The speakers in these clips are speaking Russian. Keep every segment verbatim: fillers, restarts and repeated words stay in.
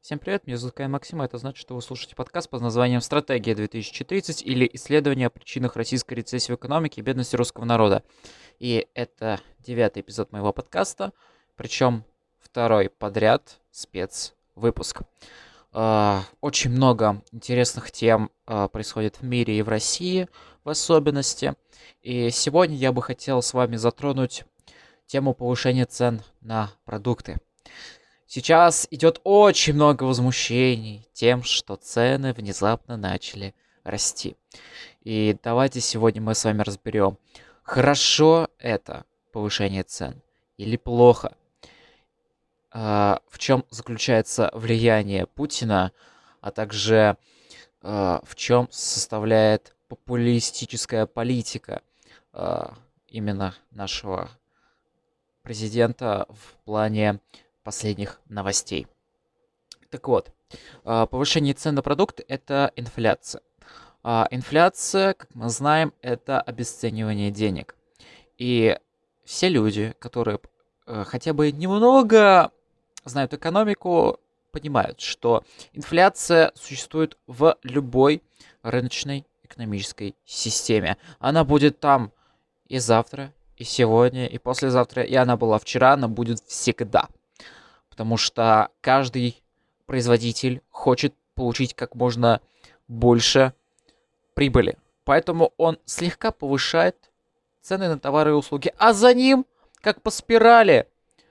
Всем привет, меня зовут Кай Максим, а это значит, что вы слушаете подкаст под названием «Стратегия две тысячи тридцать» или «Исследование о причинах российской рецессии в экономике и бедности русского народа». И это девятый эпизод моего подкаста, причем второй подряд спецвыпуск. А, Очень много интересных тем а, происходит в мире и в России в особенности. И сегодня я бы хотел с вами затронуть тему повышения цен на продукты. Сейчас идет очень много возмущений тем, что цены внезапно начали расти. И давайте сегодня мы с вами разберем, хорошо это повышение цен или плохо. А, В чем заключается влияние Путина, а также а, в чем составляет популистическая политика а, именно нашего президента в плане последних новостей. Так вот, а, повышение цен на продукты — это инфляция. А инфляция, как мы знаем, это обесценивание денег. И все люди, которые э, хотя бы немного знают экономику, понимают, что инфляция существует в любой рыночной экономической системе. Она будет там и завтра, и сегодня, и послезавтра, и она была вчера, она будет всегда. Потому что каждый производитель хочет получить как можно больше прибыли. Поэтому он слегка повышает цены на товары и услуги. А за ним, как по спирали,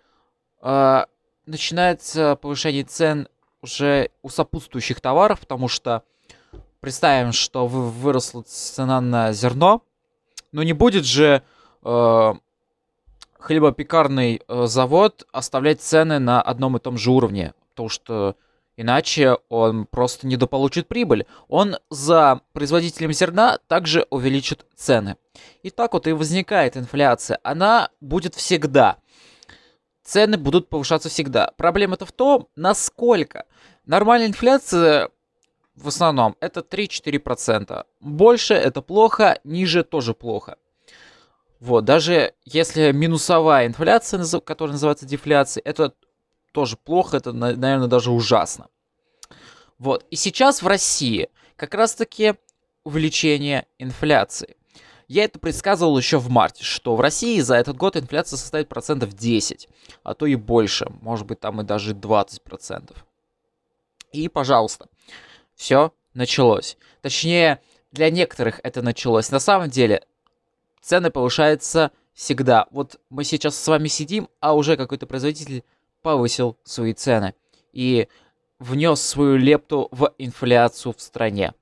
э, начинается повышение цен уже у сопутствующих товаров, потому что представим, что вы- выросла цена на зерно, но не будет же э, хлебопекарный э, завод оставлять цены на одном и том же уровне, потому что иначе он просто недополучит прибыль. Он за производителем зерна также увеличит цены. И так вот и возникает инфляция. Она будет всегда. Цены будут повышаться всегда. Проблема-то в том, насколько. Нормальная инфляция в основном это три-четыре процента. Больше это плохо, ниже тоже плохо. Вот, даже если минусовая инфляция, назыв- которая называется дефляцией, это тоже плохо, это, на- наверное, даже ужасно. Вот, и сейчас в России как раз-таки увеличение инфляции. Я это предсказывал еще в марте, что в России за этот год инфляция составит процентов десять, а то и больше, может быть там и даже двадцать процентов. И, пожалуйста, все началось. Точнее, для некоторых это началось. На самом деле, цены повышаются всегда. Вот мы сейчас с вами сидим, а уже какой-то производитель повысил свои цены и внес свою лепту в инфляцию в стране.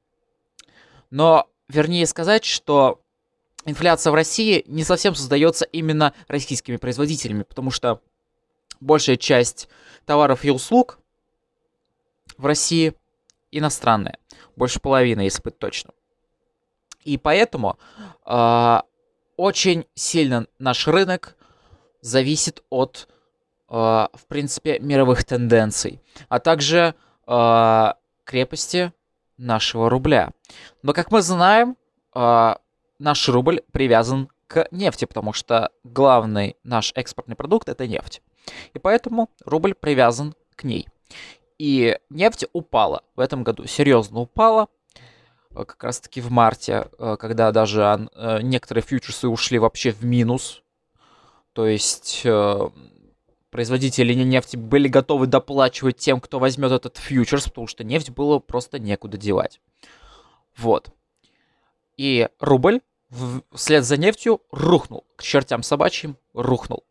Но вернее сказать, что инфляция в России не совсем создается именно российскими производителями, потому что большая часть товаров и услуг в России иностранные. Больше половины, если быть точным. И поэтому э, очень сильно наш рынок зависит от, э, в принципе, мировых тенденций, а также э, крепости нашего рубля. Но, как мы знаем, э, наш рубль привязан к нефти, потому что главный наш экспортный продукт — это нефть. И поэтому рубль привязан к ней. И нефть упала в этом году, серьезно упала, э, как раз таки в марте, э, когда даже ан- э, некоторые фьючерсы ушли вообще в минус. То есть э, производители не- нефти были готовы доплачивать тем, кто возьмет этот фьючерс, потому что нефть было просто некуда девать. Вот. И рубль в- вслед за нефтью рухнул. К чертям собачьим рухнул.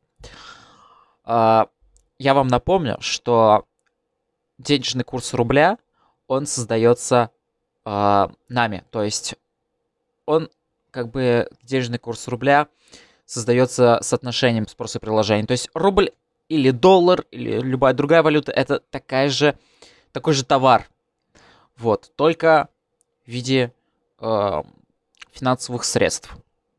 А, Я вам напомню, что денежный курс рубля, он создается а, нами. То есть он, как бы, денежный курс рубля создается соотношением спроса и предложения. То есть рубль или доллар, или любая другая валюта — это такая же, такой же товар. Вот, только в виде э, финансовых средств.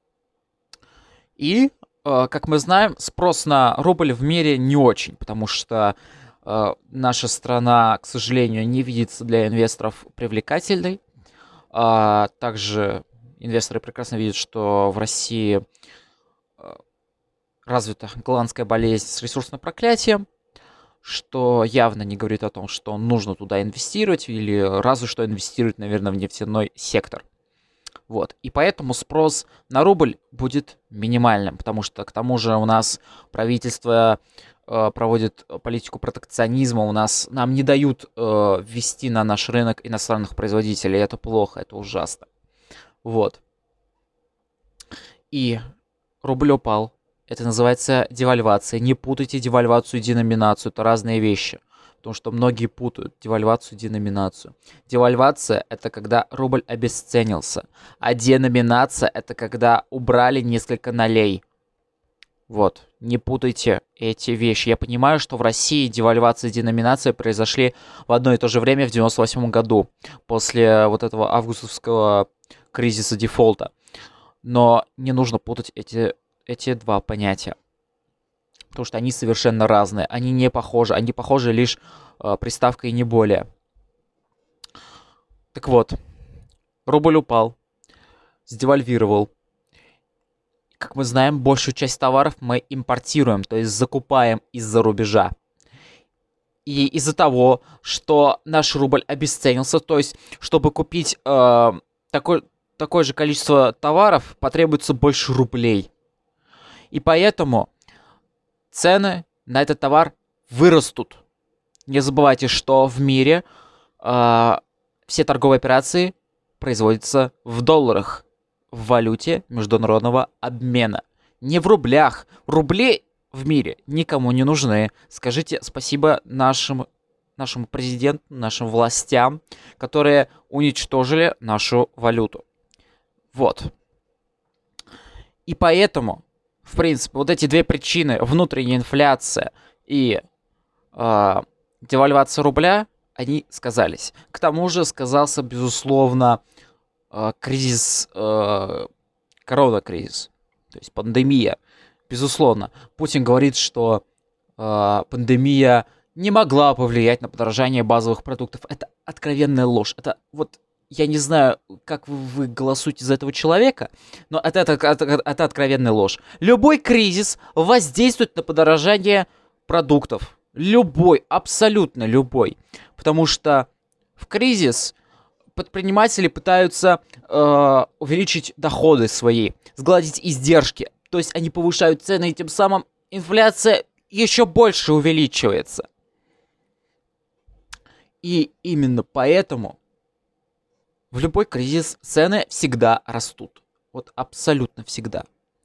И, э, как мы знаем, спрос на рубль в мире не очень, потому что э, наша страна, к сожалению, не видится для инвесторов привлекательной. А также инвесторы прекрасно видят, что в России э, развита голландская болезнь с ресурсным проклятием. что явно не говорит о том, что нужно туда инвестировать, или разве что инвестировать, наверное, в нефтяной сектор. Вот. И поэтому спрос на рубль будет минимальным, потому что к тому же у нас правительство э, проводит политику протекционизма, у нас нам не дают э, ввести на наш рынок иностранных производителей, это плохо, это ужасно. Вот. И рубль упал. Это называется девальвация. Не путайте девальвацию и деноминацию, это разные вещи. Потому что многие путают девальвацию и деноминацию. Девальвация — это когда рубль обесценился. А деноминация — это когда убрали несколько нолей. Вот. Не путайте эти вещи. Я понимаю, что в России девальвация и деноминация произошли в одно и то же время в девяносто восьмом году. После вот этого августовского кризиса дефолта. Но не нужно путать эти, эти два понятия. Потому что они совершенно разные. Они не похожи. Они похожи лишь э, приставкой и не более. Так вот. Рубль упал. Сдевальвировал. Как мы знаем, большую часть товаров мы импортируем. То есть закупаем из-за рубежа. И из-за того, что наш рубль обесценился. То есть, чтобы купить э, такой... такое же количество товаров, потребуется больше рублей. И поэтому цены на этот товар вырастут. Не забывайте, что в мире э, все торговые операции производятся в долларах, в валюте международного обмена. Не в рублях. Рубли в мире никому не нужны. Скажите спасибо нашим, нашему президенту, нашим властям, которые уничтожили нашу валюту. Вот. И поэтому, в принципе, вот эти две причины, внутренняя инфляция и э, девальвация рубля, они сказались. К тому же сказался, безусловно, э, кризис, э, коронакризис, то есть пандемия. Безусловно, Путин говорит, что э, пандемия не могла повлиять на подорожание базовых продуктов. Это откровенная ложь. Это вот... Я не знаю, как вы голосуете за этого человека, но это, это, это, это откровенная ложь. Любой кризис воздействует на подорожание продуктов. Любой, абсолютно любой. Потому что в кризис предприниматели пытаются э, увеличить доходы свои, сгладить издержки. То есть они повышают цены, и тем самым инфляция еще больше увеличивается. И именно поэтому... В любой кризис цены всегда растут. Вот абсолютно всегда.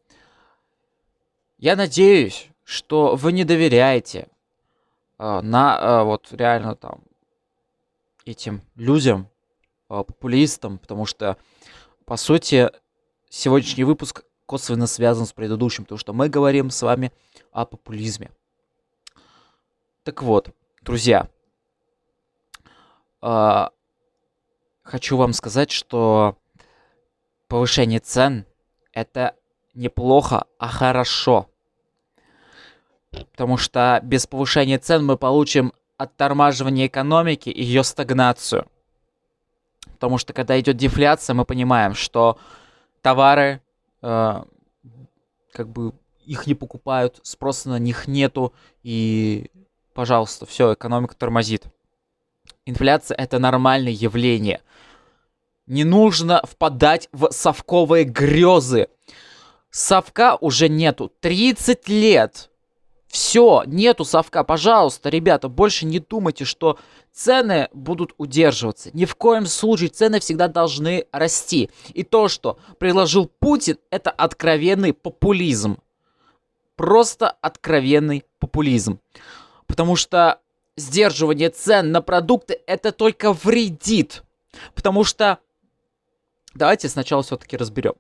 Я надеюсь, что вы не доверяете э, на э, вот реально там этим людям, э, популистам, потому что, по сути, сегодняшний выпуск косвенно связан с предыдущим, потому что мы говорим с вами о популизме. Так вот, друзья, э, хочу вам сказать, что повышение цен — это неплохо, а хорошо. Потому что без повышения цен мы получим оттормаживание экономики и ее стагнацию. Потому что когда идет дефляция, мы понимаем, что товары, э, как бы их не покупают, спроса на них нету, и, пожалуйста, все, экономика тормозит. Инфляция — это нормальное явление. Не нужно впадать в совковые грезы. Совка уже нету. тридцать лет. Все, нету совка. Пожалуйста, ребята, больше не думайте, что цены будут удерживаться. Ни в коем случае цены всегда должны расти. И то, что предложил Путин, это откровенный популизм. Просто откровенный популизм. Потому что сдерживание цен на продукты это только вредит. Потому что... Давайте сначала все-таки разберем.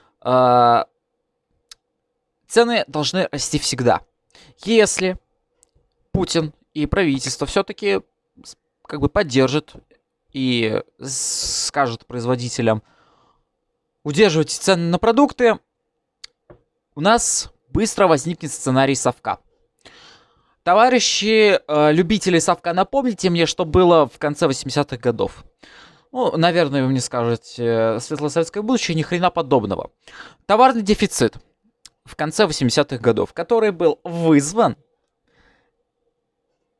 Цены должны расти всегда. Если Путин и правительство все-таки как бы поддержат и скажут производителям удерживать цены на продукты, у нас быстро возникнет сценарий совка. Товарищи, э, любители совка, напомните мне, что было в конце восьмидесятых годов. Ну, наверное, вы мне скажете, светло-советское будущее, ни хрена подобного. Товарный дефицит в конце восьмидесятых годов, который был вызван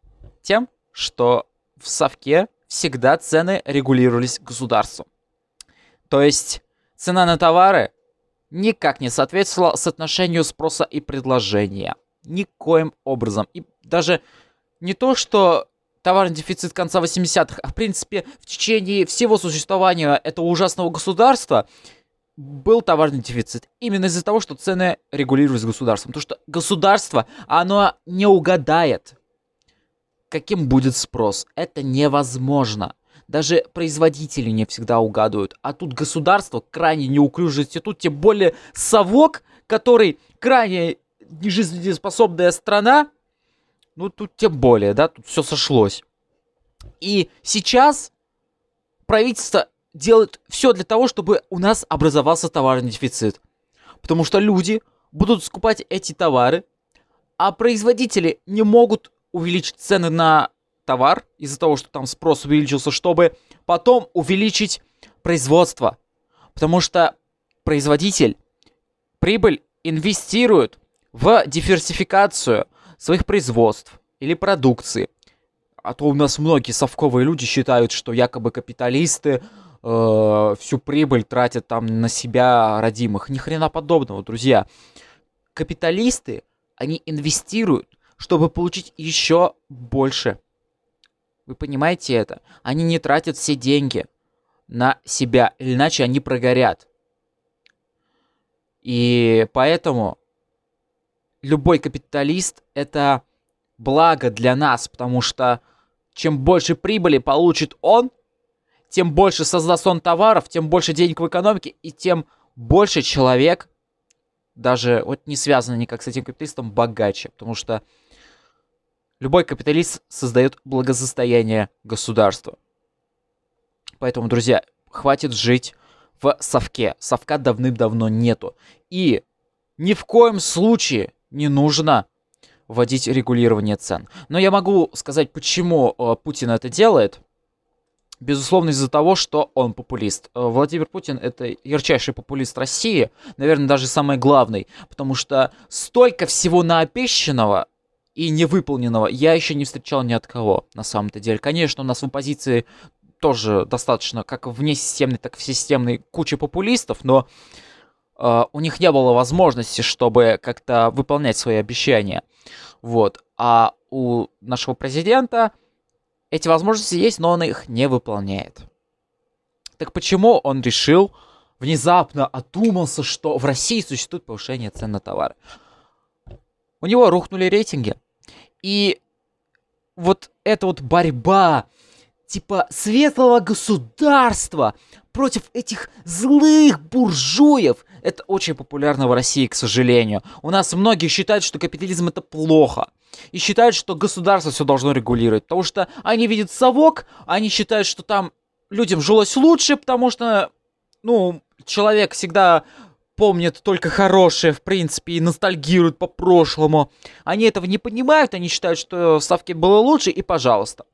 Тем, что в совке всегда цены регулировались государством. То есть цена на товары никак не соответствовала соотношению спроса и предложения. Никоим образом. И даже не то, что товарный дефицит конца восьмидесятых, а в принципе в течение всего существования этого ужасного государства был товарный дефицит. Именно из-за того, что цены регулировались государством. Потому что государство, оно не угадает, каким будет спрос. Это невозможно. Даже производители не всегда угадывают. А тут государство, крайне неуклюжий институт, тем более совок, который крайне нежизнеспособная страна, ну тут тем более, да, тут все сошлось. И сейчас правительство делает все для того, чтобы у нас образовался товарный дефицит. Потому что люди будут скупать эти товары, а производители не могут увеличить цены на товар из-за того, что там спрос увеличился, чтобы потом увеличить производство. Потому что производитель прибыль инвестирует в диверсификацию своих производств или продукции. А то у нас многие совковые люди считают, что якобы капиталисты э, всю прибыль тратят там на себя родимых. Ни хрена подобного, друзья. Капиталисты, они инвестируют, чтобы получить еще больше. Вы понимаете это? Они не тратят все деньги на себя, иначе они прогорят. И поэтому любой капиталист — это благо для нас, потому что чем больше прибыли получит он, тем больше создаст он товаров, тем больше денег в экономике, и тем больше человек, даже вот не связано никак с этим капиталистом, богаче. Потому что любой капиталист создает благосостояние государства. Поэтому, друзья, хватит жить в совке. Совка давным-давно нету. И ни в коем случае не нужно вводить регулирование цен. Но я могу сказать, почему э, Путин это делает. Безусловно, из-за того, что он популист. Э, Владимир Путин — это ярчайший популист России, наверное, даже самый главный, потому что столько всего наобещанного и невыполненного я еще не встречал ни от кого, на самом-то деле. Конечно, у нас в оппозиции тоже достаточно, как внесистемной, так и всесистемной, куча популистов, но Uh, у них не было возможности, чтобы как-то выполнять свои обещания. Вот. А у нашего президента эти возможности есть, но он их не выполняет. Так почему он решил, внезапно одумался, что в России существует повышение цен на товары? У него рухнули рейтинги. И вот эта вот борьба типа светлого государства против этих злых буржуев, это очень популярно в России, к сожалению. У нас многие считают, что капитализм — это плохо. И считают, что государство все должно регулировать. Потому что они видят совок, они считают, что там людям жилось лучше, потому что, ну, человек всегда помнит только хорошее, в принципе, и ностальгирует по прошлому. Они этого не понимают, они считают, что в совке было лучше, и пожалуйста.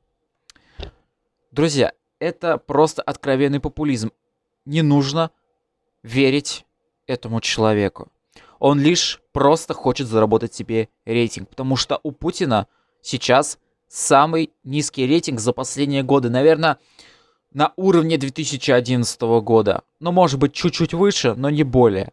Друзья, это просто откровенный популизм. Не нужно верить этому человеку. Он лишь просто хочет заработать себе рейтинг, потому что у Путина сейчас самый низкий рейтинг за последние годы. Наверное, на уровне две тысячи одиннадцатого года. Ну, может быть, чуть-чуть выше, но не более.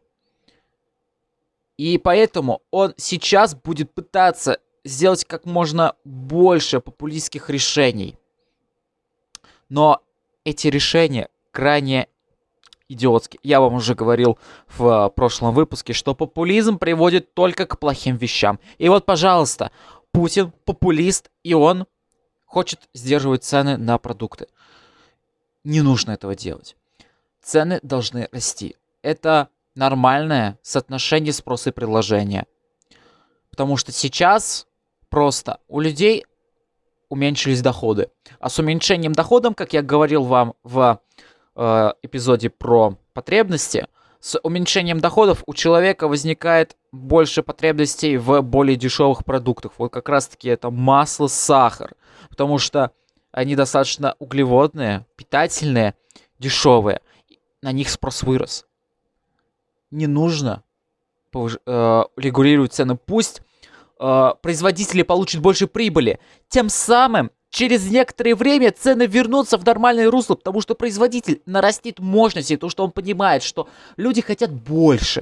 И поэтому он сейчас будет пытаться сделать как можно больше популистских решений. Но эти решения крайне идиотские. Я вам уже говорил в прошлом выпуске, что популизм приводит только к плохим вещам. И вот, пожалуйста, Путин популист, и он хочет сдерживать цены на продукты. Не нужно этого делать. Цены должны расти. Это нормальное соотношение спроса и предложения. Потому что сейчас просто у людей уменьшились доходы. А с уменьшением доходов, как я говорил вам в э, эпизоде про потребности, с уменьшением доходов у человека возникает больше потребностей в более дешевых продуктах. Вот как раз-таки это масло, сахар. Потому что они достаточно углеводные, питательные, дешевые. На них спрос вырос. Не нужно повыш... э, регулировать цены. Пусть э, производители получат больше прибыли. Тем самым через некоторое время цены вернутся в нормальное русло, потому что производитель нарастит мощности, потому что он понимает, что люди хотят больше.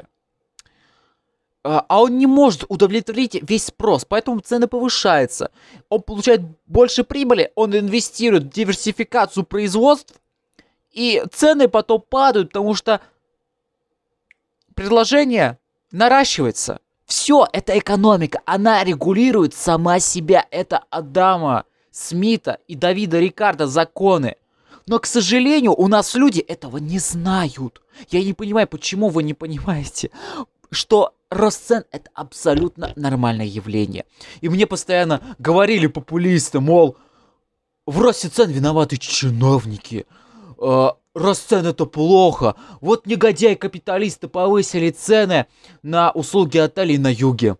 А он не может удовлетворить весь спрос, поэтому цены повышаются. Он получает больше прибыли, он инвестирует в диверсификацию производств, и цены потом падают, потому что предложение наращивается. Все, это экономика, она регулирует сама себя. Это Адама Смита и Давида Рикардо законы. Но, к сожалению, у нас люди этого не знают. Я не понимаю, почему вы не понимаете, что рост цен — это абсолютно нормальное явление. И мне постоянно говорили популисты, мол, в росте цен виноваты чиновники. Э, рост цен — это плохо. Вот негодяи-капиталисты повысили цены на услуги отелей на юге.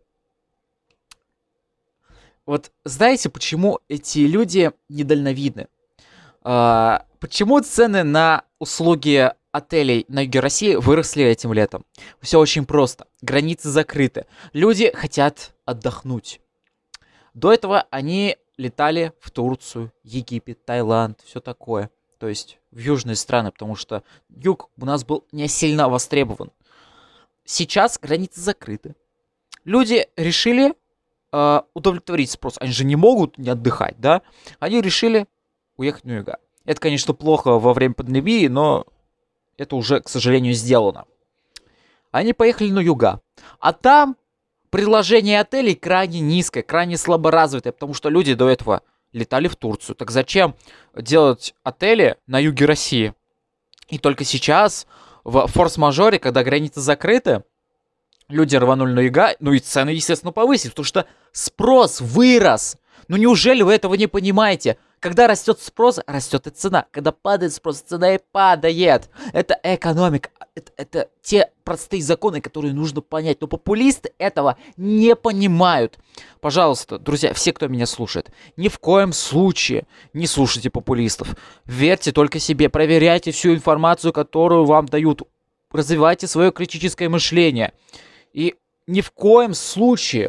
Вот знаете, почему эти люди недальновидны? Э, почему цены на услуги отелей на юге России выросли этим летом? Все очень просто. Границы закрыты. Люди хотят отдохнуть. До этого они летали в Турцию, Египет, Таиланд, все такое. То есть в южные страны, потому что юг у нас был не сильно востребован. Сейчас границы закрыты. Люди решили э, удовлетворить спрос. Они же не могут не отдыхать, да? Они решили уехать на юга. Это, конечно, плохо во время пандемии, но это уже, к сожалению, сделано. Они поехали на юга. А там предложение отелей крайне низкое, крайне слаборазвитое, потому что люди до этого летали в Турцию. Так зачем делать отели на юге России? И только сейчас, в форс-мажоре, когда границы закрыты, люди рванули на юга, ну и цены, естественно, повысились, потому что спрос вырос. Ну неужели вы этого не понимаете? Когда растет спрос, растет и цена. Когда падает спрос, цена и падает. Это экономика. Это, это те простые законы, которые нужно понять. Но популисты этого не понимают. Пожалуйста, друзья, все, кто меня слушает, ни в коем случае не слушайте популистов. Верьте только себе. Проверяйте всю информацию, которую вам дают. Развивайте свое критическое мышление. И ни в коем случае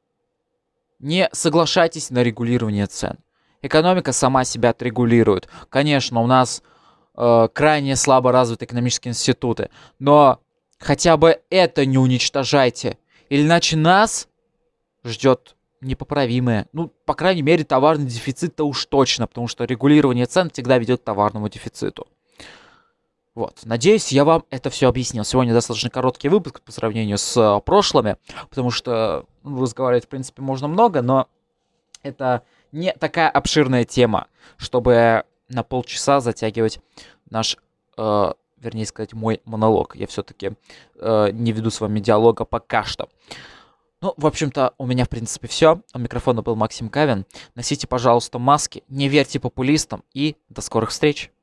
не соглашайтесь на регулирование цен. Экономика сама себя отрегулирует. Конечно, у нас э, крайне слабо развиты экономические институты, но хотя бы это не уничтожайте. Или иначе нас ждет непоправимое. Ну, по крайней мере, товарный дефицит-то уж точно, потому что регулирование цен всегда ведет к товарному дефициту. Вот, надеюсь, я вам это все объяснил. Сегодня достаточно короткий выпуск по сравнению с э, прошлыми, потому что ну, разговаривать, в принципе, можно много, но это не такая обширная тема, чтобы на полчаса затягивать наш, э, вернее сказать, мой монолог. Я все-таки э, не веду с вами диалога пока что. Ну, в общем-то, у меня, в принципе, все. У микрофона был Максим Кавин. Носите, пожалуйста, маски, не верьте популистам и до скорых встреч.